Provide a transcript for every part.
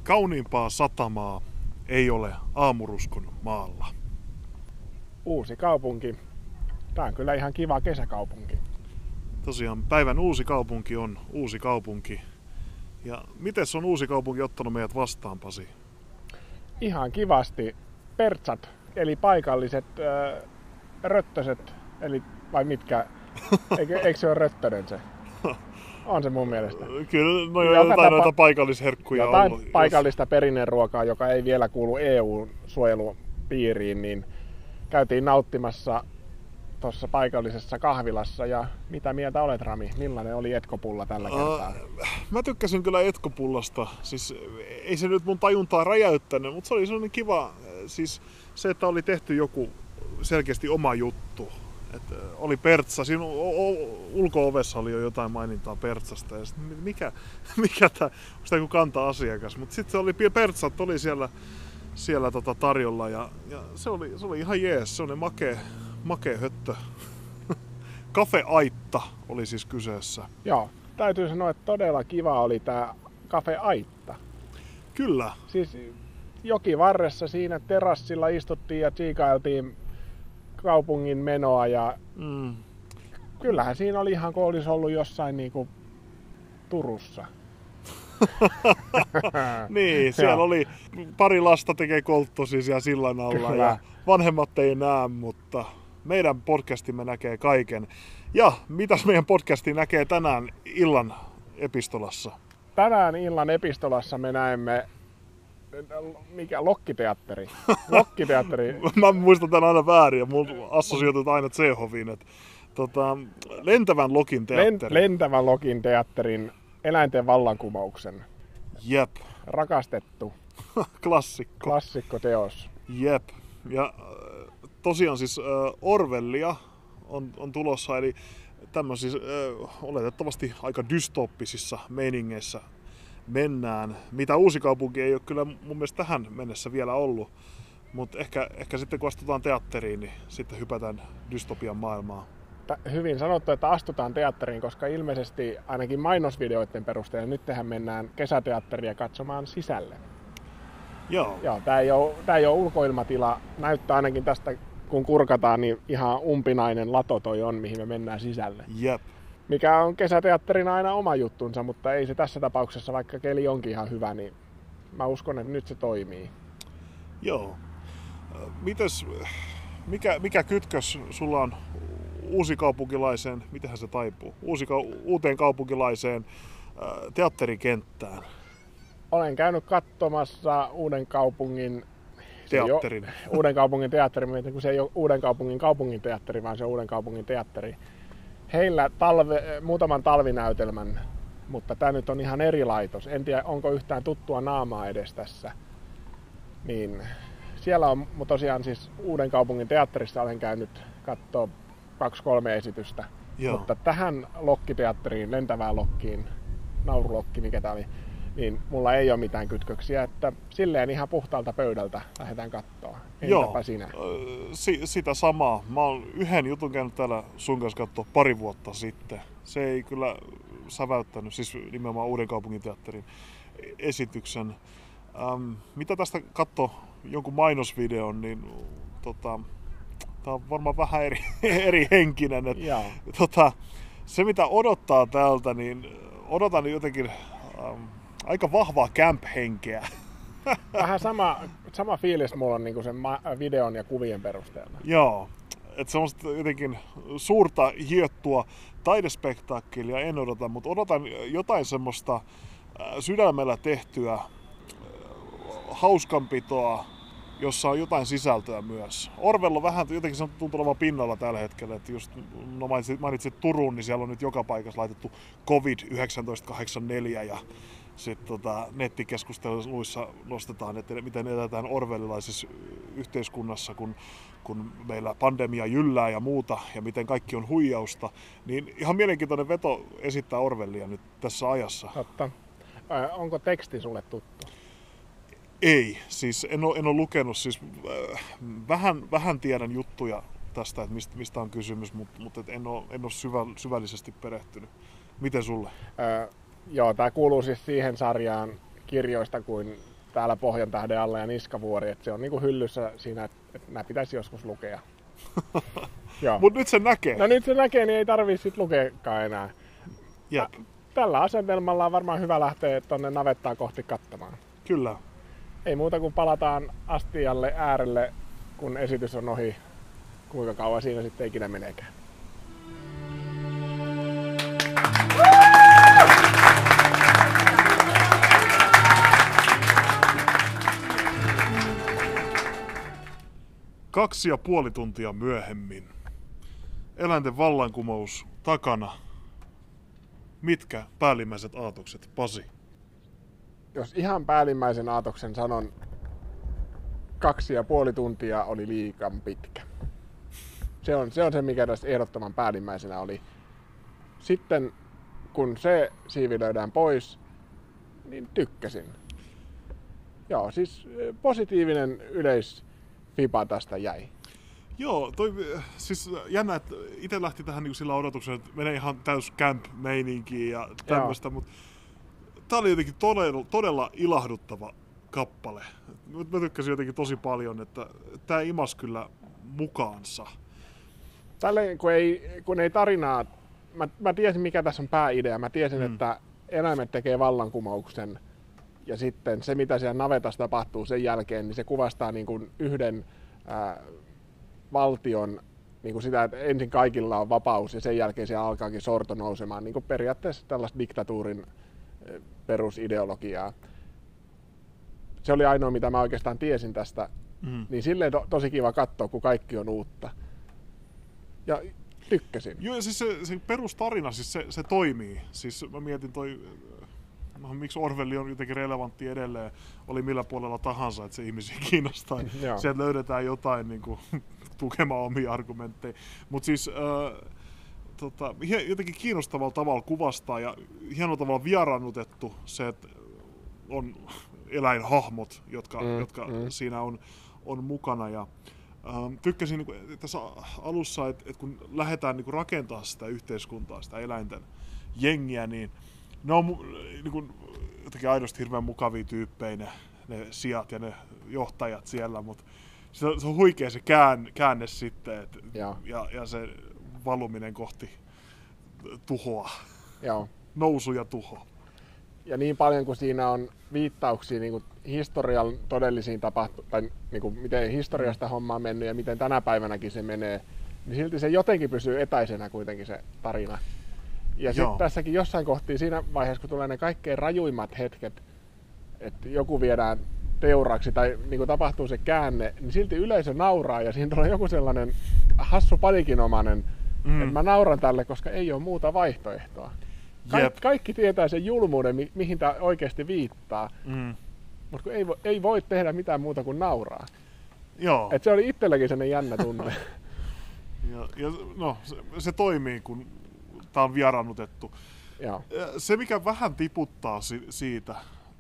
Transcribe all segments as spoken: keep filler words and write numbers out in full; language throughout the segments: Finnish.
Kauniimpaa satamaa ei ole Aamuruskon maalla. Uusi kaupunki. Tää on kyllä ihan kiva kesäkaupunki. Tosiaan päivän uusi kaupunki on uusi kaupunki. Ja miten on uusi kaupunki ottanut meidät vastaan, Pasi? Ihan kivasti. Pertsat, eli paikalliset äh, röttöset, eli vai mitkä? Eikö, eikö se ole röttönen se? On se mun mielestä. Kyllä, no jotain tapa, noita paikallisherkkuja jotain ollut. paikallista jos... perinneruokaa, joka ei vielä kuulu E U-suojelun piiriin, niin käytiin nauttimassa tuossa paikallisessa kahvilassa. Ja mitä mieltä olet, Rami? Millainen oli etkopulla tällä kertaa? Uh, mä tykkäsin kyllä etkopullasta. Siis ei se nyt mun tajuntaa räjäyttänyt, mutta se oli sellainen kiva, siis se, että oli tehty joku selkeästi oma juttu. Että oli pertsa, siinä ulko-ovessa oli jo jotain mainintaa pertsasta ja sitten mikä, mikä tää, onko tää joku kanta-asiakas, mutta sitten se oli, pertsat oli siellä, siellä tota tarjolla ja, ja se, oli, se oli ihan jees, se oli makea, makea höttö. Cafe Aitta oli siis kyseessä. Joo, täytyy sanoa, että todella kiva oli tää Cafe Aitta. Kyllä. Siis jokivarressa siinä terassilla istuttiin ja tsiikailtiin kaupungin menoa ja mm. kyllähän siinä oli ihan kuin olisi ollut jossain niinku Turussa. Niin, siellä oli pari lasta tekee kolttosia siellä sillan alla ja vanhemmat ei näe, mutta meidän podcastimme näkee kaiken. Ja mitäs meidän podcasti näkee tänään illan epistolassa? Tänään illan epistolassa me näemme mikä? Lokkiteatteri. Lokkiteatteri. Mä muistan tän aina väärin ja mun assosioitut aina Tsehoviin. Tota, lentävän Lokin teatteri. Lentävän Lokin teatterin eläinten vallankumouksen. Jep. Rakastettu. Klassikko. Klassikkoteos. Jep. Ja tosiaan siis Orwellia on, on tulossa, eli tämmöisissä oletettavasti aika dystoppisissa meiningeissä mennään, mitä Uusikaupunki ei ole kyllä mun mielestä tähän mennessä vielä ollut, mutta ehkä, ehkä sitten kun astutaan teatteriin, niin sitten hypätään dystopian maailmaan. Hyvin sanottu, että astutaan teatteriin, koska ilmeisesti ainakin mainosvideoiden perusteella nyt tähän mennään kesäteatteria katsomaan sisälle. Joo. Joo, tää ei ole, tää ei ole ulkoilmatila, näyttää ainakin tästä kun kurkataan, niin ihan umpinainen lato toi on, mihin me mennään sisälle. Jep. Mikä on kesäteatterina aina oma juttunsa, mutta ei se tässä tapauksessa, vaikka keli onkin ihan hyvä, niin mä uskon, että nyt se toimii. Joo. Mites, mikä, mikä kytkös sulla on uusikaupunkilaiseen, mitähän se taipuu, Uusikau- uuteen kaupunkilaiseen äh, teatterikenttään? Olen käynyt katsomassa Uuden kaupungin teatterin. Jo, Uuden kaupungin teatteri, kun se ei ole Uuden kaupungin kaupungin teatteri, vaan se on Uuden kaupungin teatteri. Heillä talve, muutaman talvinäytelmän, mutta tämä nyt on ihan eri laitos. En tiedä, onko yhtään tuttua naamaa edes tässä. Niin, siellä on tosiaan siis Uuden kaupungin teatterissa olen käynyt katsoa kaksi kolme esitystä. Joo. Mutta tähän Lokkiteatteriin, lentävään Lokkiin, Naurulokki, mikä tämä oli, niin mulla ei ole mitään kytköksiä, että silleen ihan puhtaalta pöydältä lähdetään katsoa. Entäpä sinä? Si- sitä samaa. Mä oon yhden jutun käynyt täällä sun kanssa katsoa pari vuotta sitten. Se ei kyllä säväyttänyt, siis nimenomaan Uuden kaupungin teatterin esityksen. Ähm, mitä tästä katsoo jonkun mainosvideon, niin tota, tää on varmaan vähän eri, eri henkinen. Et, tota, se mitä odottaa täältä, niin odotan jotenkin ähm, aika vahvaa camp-henkeä. Vähän sama, sama fiilis mulla on niin sen videon ja kuvien perusteella. Joo, että semmoista jotenkin suurta hiottua taidespektaakkelia en odota, mutta odotan jotain semmoista sydämellä tehtyä hauskanpitoa, jossa on jotain sisältöä myös. Orwell on vähän jotenkin se tuntuu olevan pinnalla tällä hetkellä, että just no mainitsit, mainitsit Turun, niin siellä on nyt joka paikassa laitettu covid yhdeksäntoista kahdeksankymmentäneljä ja sitten tota, nettikeskusteluissa nostetaan, että miten eletään orwellilaisessa yhteiskunnassa, kun, kun meillä pandemia jyllää ja muuta, ja miten kaikki on huijausta. Niin ihan mielenkiintoinen veto esittää Orwellia nyt tässä ajassa. Totta. Onko teksti sulle tuttu? Ei, siis en ole, en ole lukenut, siis äh, vähän, vähän tiedän juttuja tästä, että mistä, mistä on kysymys, mutta, mutta en ole, en ole syvä, syvällisesti perehtynyt. Miten sulle? Öö, joo, tämä kuuluu siis siihen sarjaan kirjoista kuin täällä Pohjan tähden alla ja Niskavuori, että se on niinku hyllyssä siinä, että, että nämä pitäisi joskus lukea. Mutta nyt se näkee. No nyt se näkee, niin ei tarvitse sit lukeakaan enää. Jep. Tällä asetelmalla on varmaan hyvä lähteä tuonne navettaa kohti katsomaan. Kyllä. Ei muuta kuin palataan astialle äärelle, kun esitys on ohi. Kuinka kauan siinä sitten ikinä meneekään. Kaksi ja puoli tuntia myöhemmin. Eläinten vallankumous takana. Mitkä päällimmäiset aatokset, Pasi? Jos ihan päällimmäisen aatoksen sanon, kaksi ja puoli tuntia oli liikan pitkä. Se on, se on se, mikä tässä ehdottoman päällimmäisenä oli. Sitten kun se siivilöidään pois, niin tykkäsin. Joo, siis positiivinen yleisfipa tästä jäi. Joo, toi, siis jännä, että itse lähti tähän niin sillä odotuksella, että menee ihan täys camp-meininkiin ja tämmöistä, mutta tää oli jotenkin todella, todella ilahduttava kappale. Mä tykkäsin jotenkin tosi paljon, että tää imas kyllä mukaansa. Tälleen, kun ei, kun ei tarinaa, mä, mä tiesin mikä tässä on pääidea, mä tiesin, mm. että eläimet tekee vallankumouksen ja sitten se mitä siellä navetassa tapahtuu sen jälkeen, niin se kuvastaa niin kuin yhden ää, valtion niin kuin sitä, että ensin kaikilla on vapaus ja sen jälkeen siellä alkaakin sorto nousemaan, niin kuin periaatteessa tällaista diktatuurin perusideologiaa. Se oli ainoa, mitä mä oikeastaan tiesin tästä, mm. niin silleen to, tosi kiva katsoa, kun kaikki on uutta. Ja tykkäsin. Joo, ja siis se, se perustarina, siis se, se toimii. Siis mä mietin toi, no, miksi Orwell on jotenkin relevantti edelleen, oli millä puolella tahansa, että se ihmisiä kiinnostaa. Sieltä löydetään jotain niin kuin, tukemaan omia argumentteja. Mutta siis äh, tota, jotenkin kiinnostavalla tavalla kuvastaa ja hienolla tavalla vieraannutettu se, että on eläinhahmot, jotka, mm, jotka mm. siinä on, on mukana. Ja, ähm, tykkäsin niin kuin, tässä alussa, että, että kun lähdetään niin kuin rakentamaan sitä yhteiskuntaa, sitä eläinten jengiä, niin ne on niin kuin, jotenkin aidosti hirveän mukavia tyyppejä, ne, ne sijat ja ne johtajat siellä, mutta se, se on huikea se käänne, käänne sitten, et, ja. Ja, ja se valuminen kohti tuhoa, Joo. nousu ja tuho. Ja niin paljon kuin siinä on viittauksia niin kuin historian todellisiin tapahtumiin, tai niin kuin miten historiasta homma on mennyt ja miten tänä päivänäkin se menee, niin silti se jotenkin pysyy etäisenä kuitenkin se tarina. Ja sitten tässäkin jossain kohtaa siinä vaiheessa, kun tulee ne kaikkein rajuimmat hetket, että joku viedään teuraaksi tai niin kuin tapahtuu se käänne, niin silti yleisö nauraa ja siinä tulee joku sellainen hassu panikinomainen, mm. että mä nauran tälle, koska ei ole muuta vaihtoehtoa. Kaik- kaikki tietää sen julmuuden, mi- mihin tämä oikeasti viittaa, mm. mutta ei, vo- ei voi tehdä mitään muuta kuin nauraa. Joo. Et se oli itselläkin sellainen jännä tunne. ja, ja, no, se, se toimii, kun tämä on vieraannutettu. Joo. Se, mikä vähän tiputtaa si- siitä,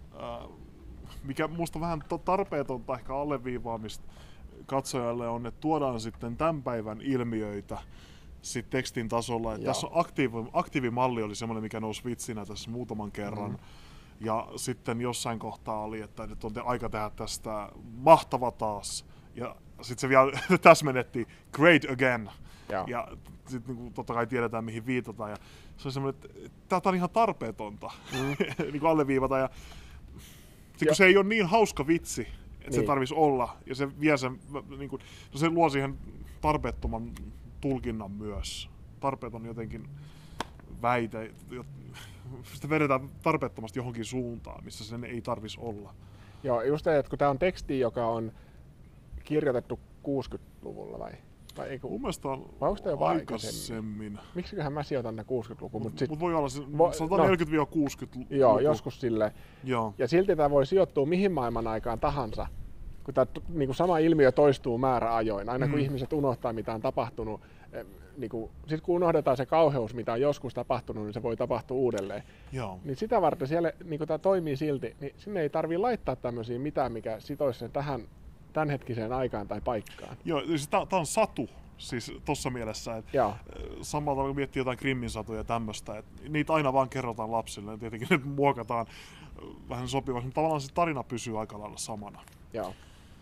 mikä minusta vähän tarpeetonta ehkä alleviivaamista katsojalle on, että tuodaan sitten tämän päivän ilmiöitä sit tekstin tasolla. Että tässä on aktiivi, aktiivimalli oli semmoinen, mikä nousi vitsinä tässä muutaman kerran. Mm. Ja sitten jossain kohtaa oli, että nyt on aika tehdä tästä mahtava taas. Ja sitten se vielä täsmennettiin great again. Ja, ja sitten niin totta kai tiedetään, mihin viitataan. Ja se on semmoinen, että tämä on ihan tarpeetonta mm. niin alleviivata. Ja kun se ei ole niin hauska vitsi, että niin. se tarvitsisi olla. Ja se vie sen, niin kuin, no se luo siihen tarpeettoman tulkinnan myös. Tarpeeton jotenkin väite. Sitä vedetään tarpeettomasti johonkin suuntaan, missä sen ei tarvitsisi olla. Joo, just se, että kun tämä on teksti, joka on kirjoitettu kuusikymmentäluvulla vai? vai eikö, Mun mielestä on vai onko tämä aikaisemmin. Miksiköhän mä sijoitan tänne kuusikymmentälukuun? Mutta mut voi olla, sanotaan no, neljäkymmentä kuusikymmentä. Joo, joskus silleen. Joo. Ja silti tämä voi sijoittua mihin maailman aikaan tahansa. Kun tämä niin kuin sama ilmiö toistuu määräajoin. Aina kun mm. ihmiset unohtaa, mitä on tapahtunut. Niin sitten kun unohdetaan se kauheus, mitä on joskus tapahtunut, niin se voi tapahtua uudelleen. Joo. Niin sitä varten siellä niin tämä toimii silti, niin sinne ei tarvitse laittaa tämmöisiä mitään, mikä sitoisi sen tähän tämänhetkiseen aikaan tai paikkaan. Joo, siis tämä on satu. Siis tossa mielessä, että Joo. samalla tavalla kun miettii jotain Grimmin satuja ja tämmöistä, että niitä aina vaan kerrotaan lapsille ja tietenkin ne muokataan vähän sopivaksi, mutta tavallaan se tarina pysyy aika lailla samana. Joo.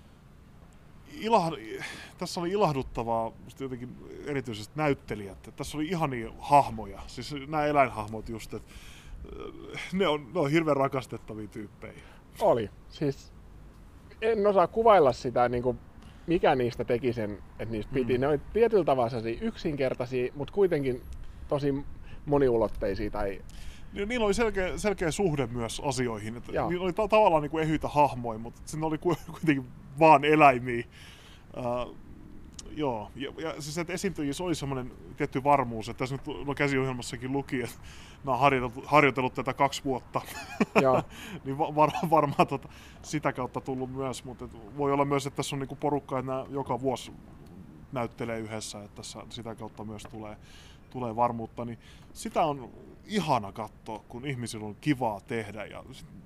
Ilah... Tässä oli ilahduttavaa jotenkin erityisesti näyttelijät. Että tässä oli ihania hahmoja, siis nämä eläinhahmot just, että ne on, ne on hirveän rakastettavia tyyppejä. Oli. Siis en osaa kuvailla sitä, niin kuin, mikä niistä teki sen, että niistä piti. Mm. Ne oli tietyllä tavalla yksinkertaisia, mutta kuitenkin tosi moniulotteisia. Tai... Niillä oli selkeä, selkeä suhde myös asioihin. Että niillä oli ta- tavallaan niin kuin ehyitä hahmoja, mutta siinä oli kuitenkin vaan eläimiä. Uh, joo, ja, ja siis että esiintyjissä oli semmoinen tietty varmuus, että tässä nyt no, käsiohjelmassakin luki, että nämä on harjoitellut, harjoitellut tätä kaksi vuotta. niin var, varmaan tota, sitä kautta tullut myös, mutta voi olla myös, että tässä on niinku porukka, että nämä joka vuosi näyttelee yhdessä, että tässä sitä kautta myös tulee, tulee varmuutta. Niin sitä on ihana katsoa, kun ihmisillä on kivaa tehdä ja,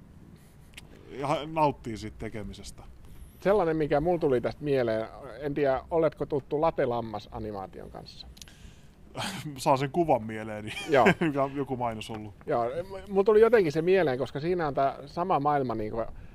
ja nauttii siitä tekemisestä. Sellainen, mikä mulla tuli tästä mieleen, en tiedä, oletko tuttu Latte Lammas-animaation kanssa? Saa sen kuvan mieleeni, mikä on joku mainos ollut. Joo, mulla tuli jotenkin se mieleen, koska siinä on tämä sama maailma, niin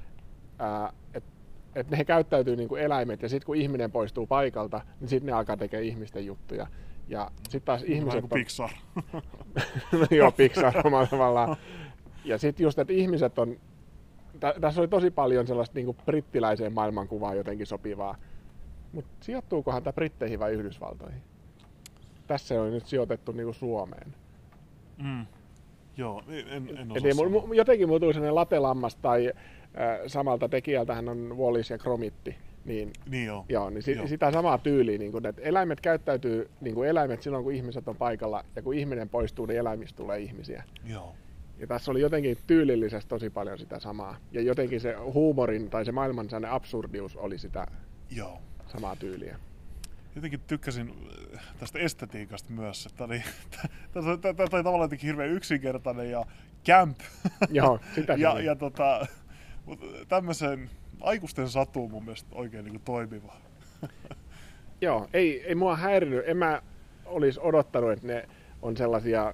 että et ne käyttäytyy niin kuin eläimet, ja sitten kun ihminen poistuu paikalta, niin sitten ne alkaa tekemään ihmisten juttuja. Ja sitten taas ihmiset on... Pixar. Joo, Pixar omalla tavallaan. Ja sitten just, että ihmiset on... Tässä oli tosi paljon sellaista niin kuin brittiläiseen maailmankuvaan jotenkin sopivaa. Mutta sijoittuukohan tämä Britteihin vai Yhdysvaltoihin? Tässä on nyt sijoitettu niin kuin Suomeen. Mm. Joo, en, en osaa Eli sanoa. Jotenkin mulla tuli sellainen Latte Lammas tai äh, samalta tekijältähän on Wallis ja Gromitti. Niin, niin joo. Joo, niin si- joo. sitä samaa tyyliä, niin kuin, että eläimet käyttäytyy niin kuin eläimet silloin, kun ihmiset on paikalla, ja kun ihminen poistuu, niin eläimistä tulee ihmisiä. Joo. Ja tässä oli jotenkin tyylillisesti tosi paljon sitä samaa. Ja jotenkin se huumorin tai se maailman sellainen absurdius oli sitä Joo. samaa tyyliä. Jotenkin tykkäsin tästä estetiikasta myös, että oli, tämä oli tavallaan jotenkin hirveän yksinkertainen ja camp. Joo, sitä ja, ja tota, tämmöisen aikuisten satuun mun mielestä oikein niin kuin toimiva. Joo, ei, ei mua häirinyt. En mä olisi odottanut, että ne on sellaisia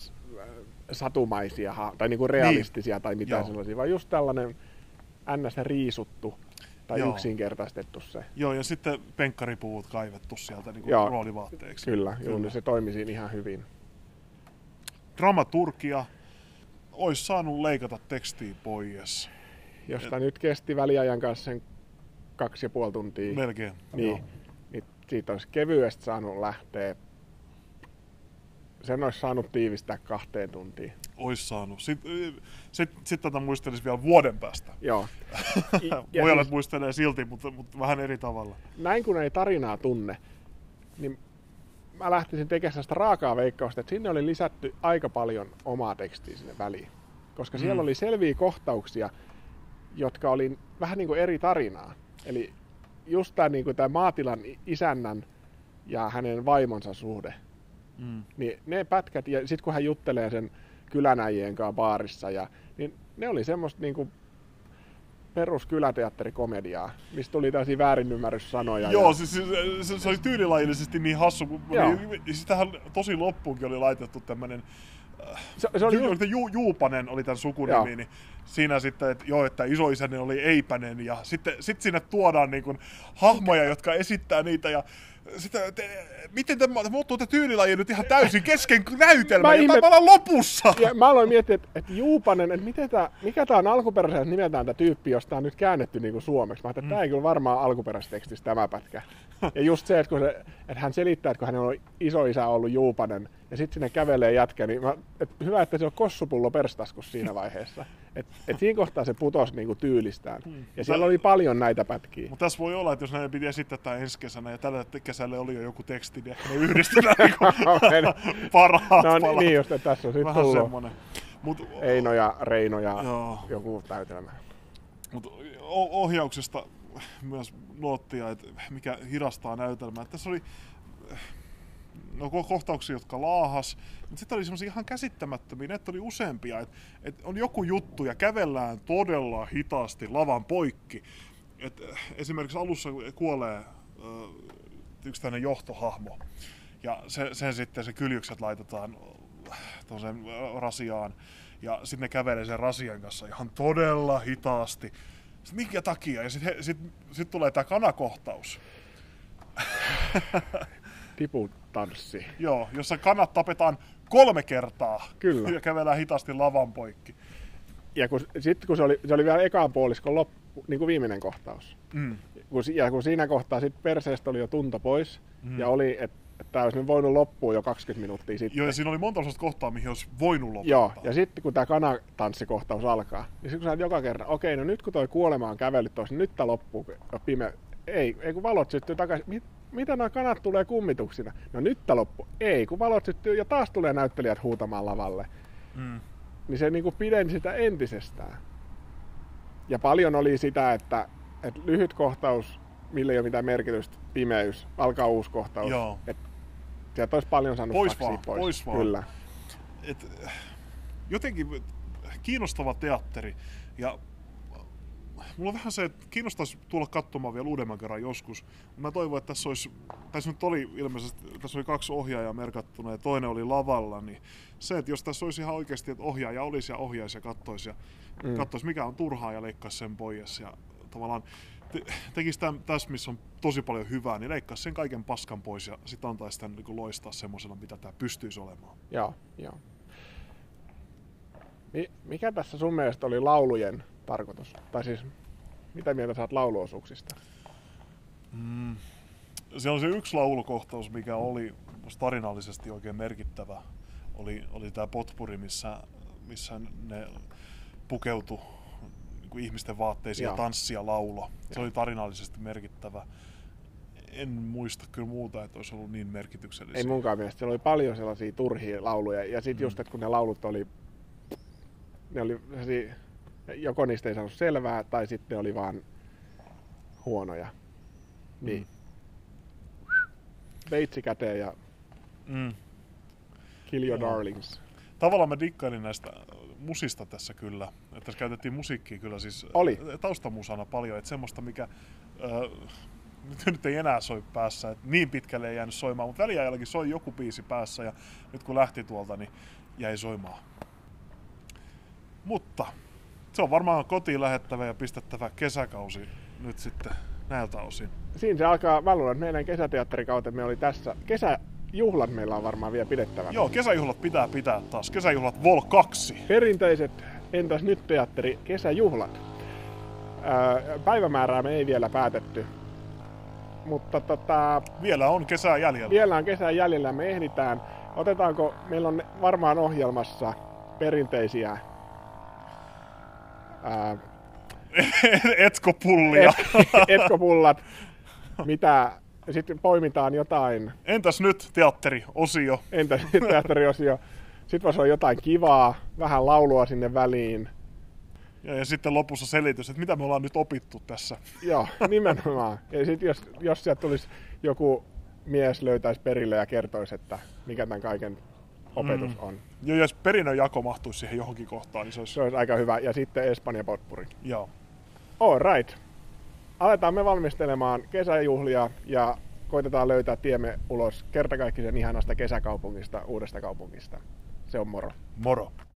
satumaisia tai niinku realistisia niin. Tai mitään Joo. sellaisia, vaan just tällainen ns. Riisuttu tai Joo. yksinkertaistettu se. Joo, ja sitten penkkaripuvut kaivettu sieltä niinku roolivaatteeksi. Kyllä, Kyllä. Joo, se toimi siinä ihan hyvin. Dramaturgia olisi saanut leikata tekstiin pois. Josta Et... nyt kesti väliajan kanssa sen kaksi ja puoli tuntia. Melkein, niin, niin siitä olisi kevyesti saanut lähteä. Sen olisi saanut tiivistää kahteen tuntiin. Ois saanut. Sitten sit, sit tätä muistelisi vielä vuoden päästä. Joo. Voi olla, että muistelee silti, mutta, mutta vähän eri tavalla. Näin kun ei tarinaa tunne, niin mä lähtisin tekemään sitä raakaa veikkausta, että sinne oli lisätty aika paljon omaa tekstiä sinne väliin. Koska siellä mm. oli selviä kohtauksia, jotka oli vähän niin kuin eri tarinaa. Eli just tämä niin kuin tämä maatilan isännän ja hänen vaimonsa suhde. Mm. Niin ne pätkät, ja sitten kun hän juttelee sen kylänäjien kanssa baarissa, ja, niin ne oli semmoista niinku peruskyläteatterikomediaa, mistä tuli täysin väärinymmärryssanoja. Joo, ja... siis se, se, se oli tyylilajillisesti niin hassu, kun sitähän tosi loppuunkin oli laitettu tämmönen Se, se oli ju- ju- Juupanen oli tämän sukunimi, niin siinä sitten, että joo, että isoisänen oli Eipänen, ja sitten sit sinne tuodaan niin kuin hahmoja, jotka esittää niitä, ja sitten, te, miten tämä muuttuu tämä tyylilaji nyt ihan täysin kesken näytelmän, ja ihmet... tämä on lopussa! Ja mä aloin miettiä, että, että Juupanen, että miten tää, mikä tämä on alkuperäisesti nimeltään tämä tyyppi, josta tämä on nyt käännetty niin kuin suomeksi. Mä ajattelin, että mm. tämä ei kyllä varmaan alkuperäistekstissä tämä pätkä. Ja just se, että, kun se, että hän selittää, että kun hän on isoisä ollut Juupanen, ja sitten sinne kävelee jätkä, niin mä, että hyvä, että se on kossupullo perstaskus siinä vaiheessa. Että et siinä kohtaa se putosi niinku tyylistään. Hmm. Ja siellä Tää, oli paljon näitä pätkiä. Mutta tässä voi olla, että jos näin piti esittää tämä ensi kesänä, ja tällä kesällä oli jo joku teksti, niin ehkä ne yhdistetään niinku parhaat no, palat. Niin just, että tässä on sitten tullut semmoinen. Mut, Eino ja Reino ja joo. joku täytelmä. Mutta ohjauksesta myös noottia, että mikä hidastaa näytelmää. Tässä oli no, kohtauksia, jotka laahas, mutta sitten oli semmoisia ihan käsittämättömiä, että oli useampia, että et on joku juttu ja kävellään todella hitaasti lavan poikki. Et esimerkiksi alussa kuolee äh, yksi tämmöinen johtohahmo. Ja se, sen sitten se kyljykset laitetaan tuollaiseen rasiaan. Ja sitten ne kävelee sen rasian kanssa ihan todella hitaasti. Sitten minkä takia? Ja sitten sit, sit tulee tää kanakohtaus. Tiputanssi. Joo, jossa kanat tapetaan kolme kertaa. Kyllä. Ja kävelään hitaasti lavan poikki. Ja kun, sitten kun se oli, se oli vielä ekaan puoliskon loppu, niin kuin viimeinen kohtaus. Mm. Kun, ja kun siinä kohtaa sit perseestä oli jo tunto pois, mm. ja oli, että et tämä olisi nyt voinut loppua jo kaksikymmentä minuuttia sitten. Joo, ja siinä oli monta sellaista kohtaa, mihin olisi voinut lopettaa. Joo, ja sitten kun tämä kanatanssikohtaus alkaa, niin sitten kun sä oot joka kerran, okei, no nyt kun toi kuolema on kävellyt tuossa, niin nyt tää loppuu pime. Ei, ei kun valot syttyy takaisin. Mit, mitä nämä kanat tulee kummituksina? No nyt tää loppuu. Ei, kun valot syttyy ja taas tulee näyttelijät huutamaan lavalle. Mm. Niin se niinku pidensi sitä entisestään. Ja paljon oli sitä, että, että lyhyt kohtaus, millä ei ole mitään merkitystä, pimeys, alkaa uusi kohtaus. Joo. Et sieltä olisi paljon saanut pois faksia vaan, pois. pois vaan. Kyllä. Et, jotenkin kiinnostava teatteri. Ja mulla on vähän se, että kiinnostaisi tulla katsomaan vielä uudemman kerran joskus. Mä toivon, että tässä olisi, tässä nyt oli ilmeisesti, tässä oli kaksi ohjaajaa merkattuna ja toinen oli lavalla, niin se, että jos tässä olisi ihan oikeasti, että ohjaaja olisi ja ohjaisi ja katsoisi ja mm. katsoisi mikä on turhaa ja leikkaisi sen pois ja tavallaan te, tekisi tämän, tässä, missä on tosi paljon hyvää, niin leikkaisi sen kaiken paskan pois ja sitten antaisi tämän niin loistaa semmoisena, mitä tämä pystyisi olemaan. Joo, joo. Mikä tässä sun mielestä oli laulujen tarkoitus? Tai siis, mitä mieltä saat lauluosuuksista? Mm. Siellä on se yksi laulukohtaus, mikä oli tarinallisesti oikein merkittävä. Oli, oli tämä potpuri, missä, missä ne pukeutui niin kuin ihmisten vaatteisiin ja tanssia laulo. Se oli tarinallisesti merkittävä. En muista kyllä muuta, että olisi ollut niin merkityksellisiä. Ei munkaan mielestä. Siellä oli paljon sellaisia turhia lauluja. Ja sitten mm. just, että kun ne laulut oli, ne oli joko niistä ei saanut selvää, tai sitten ne oli vaan huonoja. Niin. Mm. Veitsi käteen ja mm. kill your no. darlings. Tavallaan mä dikkailin näistä musista tässä kyllä. Että tässä käytettiin musiikkia kyllä siis oli. taustamusana paljon. Että semmoista, mikä äh, nyt ei enää soi päässä. Että niin pitkälle ei jäänyt soimaan, mutta väliajallakin soi joku biisi päässä. Ja nyt kun lähti tuolta, niin jäi soimaan. Mutta se on varmaan kotiin lähettävä ja pistettävä kesäkausi nyt sitten näiltä osin. Siinä se alkaa, mä luulen, että meidän kesäteatterikautemme oli tässä. Kesäjuhlat meillä on varmaan vielä pidettävänä. Joo, kesäjuhlat pitää pitää taas. Kesäjuhlat Vol kaksi. Perinteiset Entäs nyt teatteri kesäjuhlat. Ää, päivämäärää me ei vielä päätetty. Mutta tota, vielä on kesää jäljellä. Vielä on kesää jäljellä, me ehditään. Otetaanko, meillä on varmaan ohjelmassa perinteisiä ää, etkopullia. Et, etkopullat, mitä sitten poimitaan jotain. Entäs nyt teatteriosio? Entäs nyt teatteriosio? Sitten voisi olla jotain kivaa, vähän laulua sinne väliin. Ja, ja sitten lopussa selitys, että mitä me ollaan nyt opittu tässä. Joo, nimenomaan. Ja sitten jos, jos sieltä tulisi joku mies löytäisi perille ja kertoisi, että mikä tämän kaiken opetus mm. on. Joo, jos perinnönjako mahtuisi siihen johonkin kohtaan, niin se olisi... Se olisi aika hyvä. Ja sitten Espanja potpuri. Joo. All right. Aletaan me valmistelemaan kesäjuhlia ja koitetaan löytää tiemme ulos kertakaikkisen ihanasta kesäkaupungista, uudesta kaupungista. Se on moro. Moro.